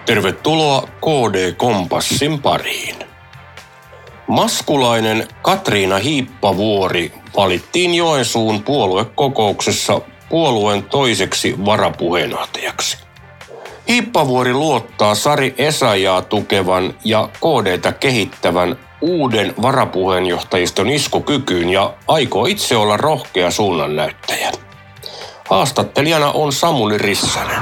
Tervetuloa KD-kompassin pariin. Maskulainen Katriina Hiippavuori valittiin Joensuun puoluekokouksessa puolueen toiseksi varapuheenjohtajaksi. Hiippavuori luottaa Sari Essayahia tukevan ja KD:tä kehittävän uuden varapuheenjohtajiston iskukykyyn ja aikoo itse olla rohkea suunnannäyttäjä. Haastattelijana on Samuli Rissanen.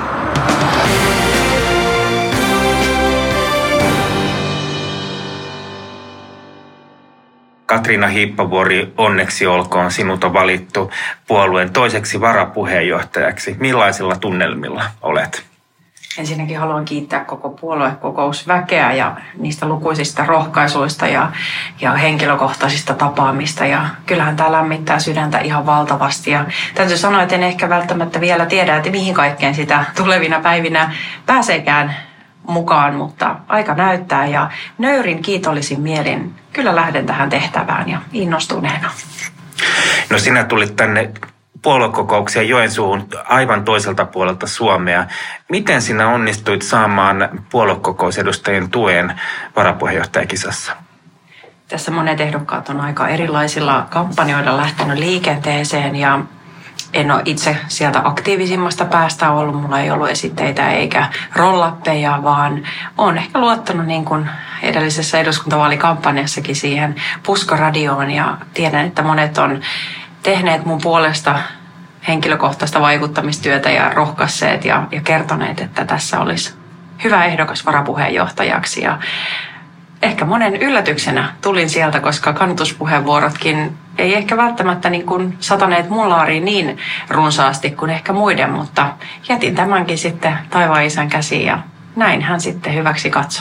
Katriina Hiippavuori, onneksi olkoon, sinut on valittu puolueen toiseksi varapuheenjohtajaksi. Millaisilla tunnelmilla olet? Ensinnäkin haluan kiittää koko puoluekokousväkeä ja niistä lukuisista rohkaisuista ja henkilökohtaisista tapaamista. Ja kyllähän tämä lämmittää sydäntä ihan valtavasti. Ja täytyy sanoa, että en ehkä välttämättä vielä tiedä, että mihin kaikkeen sitä tulevina päivinä pääseekään mukaan, mutta aika näyttää ja nöyrin kiitollisin mielin kyllä lähden tähän tehtävään ja innostuneena. No sinä tulit tänne puoluekokoukseen Joensuuhun aivan toiselta puolelta Suomea. Miten sinä onnistuit saamaan puoluekokousedustajien tuen varapuheenjohtajakisassa? Tässä monet ehdokkaat on aika erilaisilla kampanjoilla lähtenyt liikenteeseen ja en ole itse sieltä aktiivisimmasta päästä ollut. Mulla ei ollut esitteitä eikä rollappeja, vaan olen ehkä luottanut niin kuin edellisessä eduskuntavaalikampanjassakin siihen puskaradioon ja tiedän, että monet on tehneet mun puolesta henkilökohtaista vaikuttamistyötä ja rohkaisseet ja kertoneet, että tässä olisi hyvä ehdokas varapuheenjohtajaksi. Ja ehkä monen yllätyksenä tulin sieltä, koska kannatuspuheenvuorotkin ei ehkä välttämättä niin kuin sataneet mun laariin niin runsaasti kuin ehkä muiden, mutta jätin tämänkin sitten taivaan isän käsiin ja näin hän sitten hyväksi katsoi.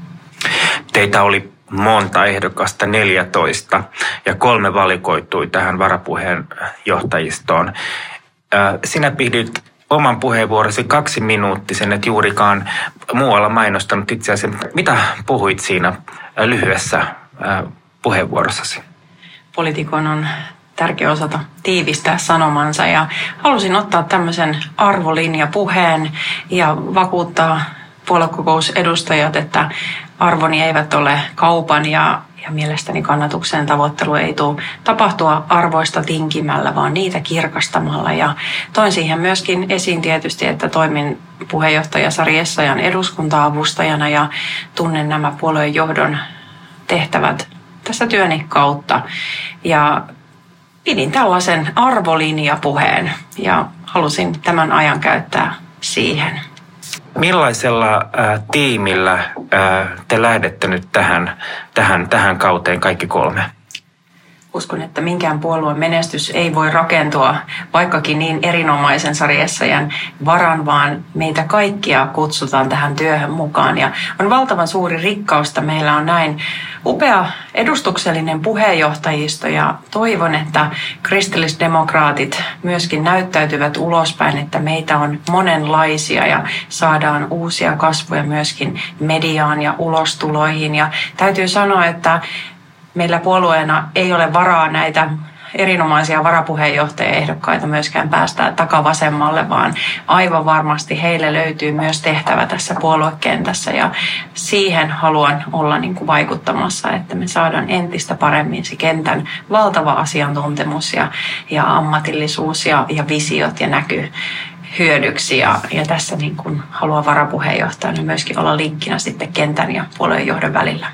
Teitä oli monta ehdokasta, 14, ja 3 valikoitui tähän varapuheenjohtajistoon. Sinä pidit oman puheenvuorosi 2-minuuttisen, et juurikaan muualla mainostanut itse asiassa. Mitä puhuit siinä lyhyessä puheenvuorossasi? Poliitikon on tärkeä osata tiivistää sanomansa ja halusin ottaa tämmöisen arvolinjapuheen ja vakuuttaa puoluekokousedustajat, että arvoni eivät ole kaupan ja mielestäni kannatuksen tavoittelu ei tule tapahtua arvoista tinkimällä, vaan niitä kirkastamalla. Ja toin siihen myöskin esiin tietysti, että toimin puheenjohtaja Sari Essayahin eduskunta-avustajana ja tunnen nämä puolueen johdon tehtävät tässä työni kautta. Ja pidin tällaisen arvolinjapuheen ja halusin tämän ajan käyttää siihen. Millaisella tiimillä te lähdette nyt tähän kauteen kaikki 3? Uskon, että minkään puolueen menestys ei voi rakentua vaikkakin niin erinomaisen Sari Essayahin varan, vaan meitä kaikkia kutsutaan tähän työhön mukaan. Ja on valtavan suuri rikkaus, että meillä on näin upea edustuksellinen puheenjohtajisto ja toivon, että kristillisdemokraatit myöskin näyttäytyvät ulospäin, että meitä on monenlaisia ja saadaan uusia kasvuja myöskin mediaan ja ulostuloihin. Ja täytyy sanoa, että meillä puolueena ei ole varaa näitä erinomaisia varapuheenjohtajaehdokkaita myöskään päästää takavasemmalle, vaan aivan varmasti heille löytyy myös tehtävä tässä puoluekentässä ja siihen haluan olla niin kuin vaikuttamassa, että me saadaan entistä paremmin se kentän valtava asiantuntemus ja ammatillisuus ja visiot ja näky hyödyksi ja tässä niin kuin haluan varapuheenjohtajana myöskin olla linkkinä sitten kentän ja puolueen johdon välillä.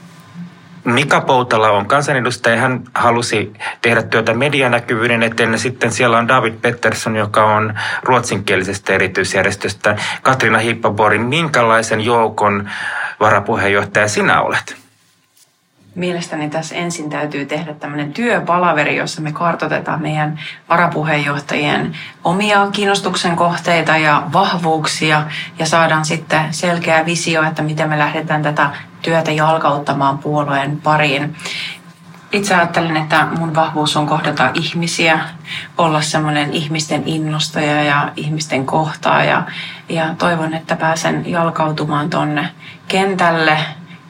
Mika Poutala on kansanedustaja. Hän halusi tehdä työtä medianäkyvyyden eteen. Sitten siellä on David Pettersson, joka on ruotsinkielisestä erityisjärjestöstä. Katriina Hiippavuori, minkälaisen joukon varapuheenjohtaja sinä olet? Mielestäni tässä ensin täytyy tehdä tämmöinen työpalaveri, jossa me kartoitetaan meidän varapuheenjohtajien omia kiinnostuksen kohteita ja vahvuuksia ja saadaan sitten selkeä visio, että miten me lähdetään tätä työtä jalkauttamaan puolueen pariin. Itse ajattelen, että mun vahvuus on kohdata ihmisiä, olla semmoinen ihmisten innostaja ja ihmisten kohtaaja ja toivon, että pääsen jalkautumaan tonne kentälle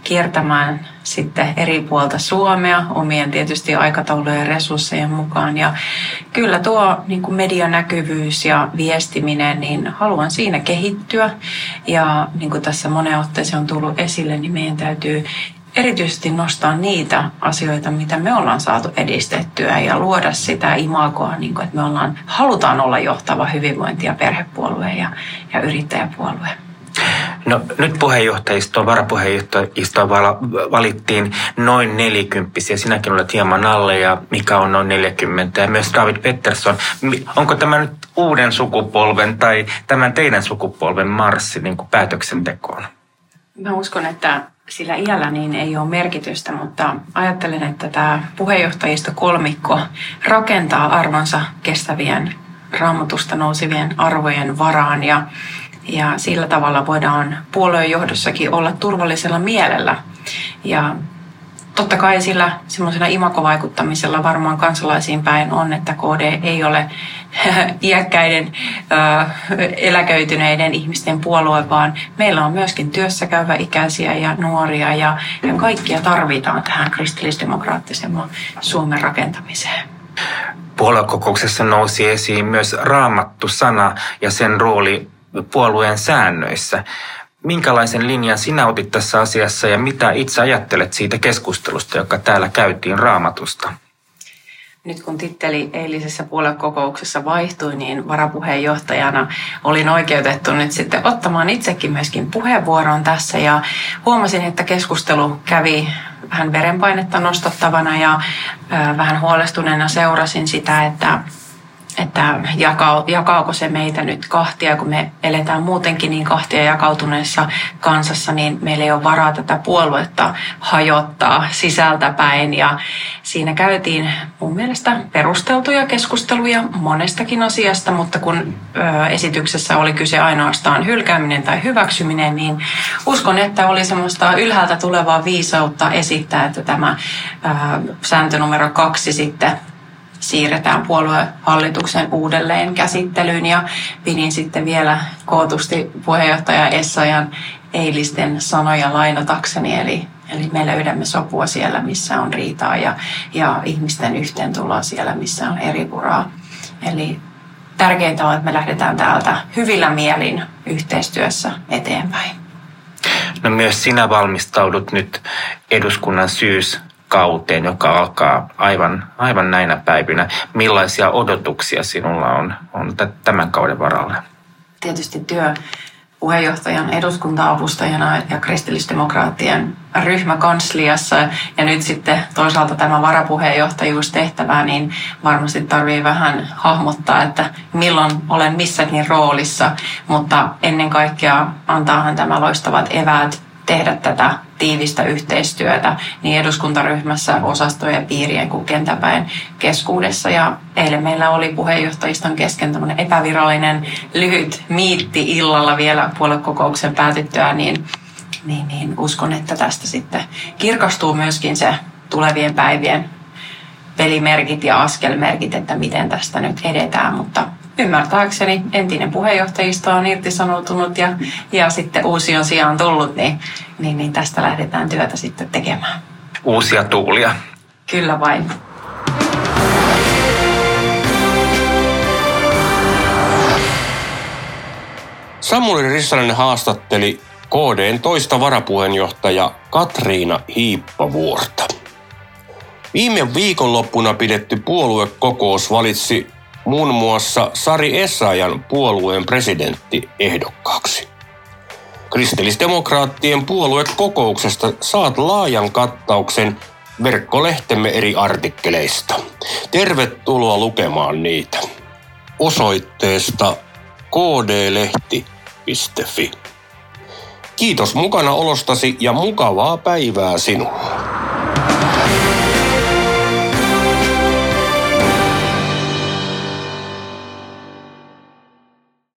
kiertämään sitten eri puolta Suomea omien tietysti aikataulujen ja resurssejen mukaan. Ja kyllä tuo niin kuin medianäkyvyys ja viestiminen, niin haluan siinä kehittyä. Ja niin kuin tässä moneen otteeseen on tullut esille, niin meidän täytyy erityisesti nostaa niitä asioita, mitä me ollaan saatu edistettyä ja luoda sitä imagoa, niin kuin, että me halutaan olla johtava hyvinvointi- ja perhepuolue ja yrittäjäpuolue. No nyt puheenjohtajistoon, varapuheenjohtajistoon valittiin noin 40. Sinäkin olet hieman alle ja Mika on noin 40 ja myös David Pettersson. Onko tämä nyt uuden sukupolven tai tämän teidän sukupolven marssi niin kuin päätöksentekoon? Mä uskon, että sillä iällä niin ei ole merkitystä, mutta ajattelen, että tämä puheenjohtajisto kolmikko rakentaa arvonsa kestävien Raamatusta nousivien arvojen varaan ja sillä tavalla voidaan puolueen johdossakin olla turvallisella mielellä. Ja totta kai sillä semmoisena imagovaikuttamisella varmaan kansalaisiin päin on, että KD ei ole iäkkäiden, eläköityneiden ihmisten puolue, vaan meillä on myöskin työssäkäyvä ikäisiä ja nuoria ja kaikkia tarvitaan tähän kristillisdemokraattisemman Suomen rakentamiseen. Puoluekokouksessa nousi esiin myös Raamattu-sana ja sen rooli puolueen säännöissä. Minkälaisen linjan sinä otit tässä asiassa ja mitä itse ajattelet siitä keskustelusta, joka täällä käytiin Raamatusta? Nyt kun titteli eilisessä puoluekokouksessa vaihtui, niin varapuheenjohtajana olin oikeutettu nyt sitten ottamaan itsekin myöskin puheenvuoron tässä ja huomasin, että keskustelu kävi vähän verenpainetta nostattavana ja vähän huolestuneena seurasin sitä, että jakaako se meitä nyt kahtia, kun me eletään muutenkin niin kahtia jakautuneessa kansassa, niin meillä ei ole varaa tätä puoluetta hajottaa sisältäpäin. Ja siinä käytiin mun mielestä perusteltuja keskusteluja monestakin asiasta, mutta kun esityksessä oli kyse ainoastaan hylkääminen tai hyväksyminen, niin uskon, että oli semmoista ylhäältä tulevaa viisautta esittää, että tämä sääntö numero 2 sitten siirretään puoluehallituksen uudelleen käsittelyyn ja pidin sitten vielä kootusti puheenjohtaja Essayan eilisten sanoja lainatakseni, eli me löydämme sopua siellä, missä on riitaa ja ihmisten yhteentuloa siellä, missä on eripuraa. Eli tärkeintä on, että me lähdetään täältä hyvillä mielin yhteistyössä eteenpäin. No myös sinä valmistaudut nyt eduskunnan syyskauteen, joka alkaa aivan näinä päivinä. Millaisia odotuksia sinulla on tämän kauden varalle? Tietysti työ puheenjohtajan eduskunta-avustajana ja kristillisdemokraattien ryhmäkansliassa ja nyt sitten toisaalta tämä varapuheenjohtajuustehtävä, niin varmasti tarvii vähän hahmottaa, että milloin olen missäkin roolissa, mutta ennen kaikkea antaahan tämä loistavat eväät tehdä tätä tiivistä yhteistyötä niin eduskuntaryhmässä, osastojen, piirien kuin kentäpäin keskuudessa. Ja eilen meillä oli puheenjohtajiston kesken tämmöinen epävirallinen lyhyt miitti illalla vielä puoluekokouksen päätyttyä, niin uskon, että tästä sitten kirkastuu myöskin se tulevien päivien pelimerkit ja askelmerkit, että miten tästä nyt edetään, mutta ymmärtääkseni entinen puheenjohtajisto on irtisanoutunut ja sitten uusi on sijaan tullut, niin tästä lähdetään työtä sitten tekemään. Uusia tuulia. Kyllä vain. Samuli Rissanen haastatteli KD:n toista varapuheenjohtaja Katriina Hiippavuorta. Viime viikonloppuna pidetty puoluekokous valitsi muun muassa Sari Essayan puolueen presidenttiehdokkaaksi. Kristillisdemokraattien puoluekokouksesta saat laajan kattauksen verkkolehtemme eri artikkeleista. Tervetuloa lukemaan niitä osoitteesta kdlehti.fi. Kiitos mukana olostasi ja mukavaa päivää sinulle.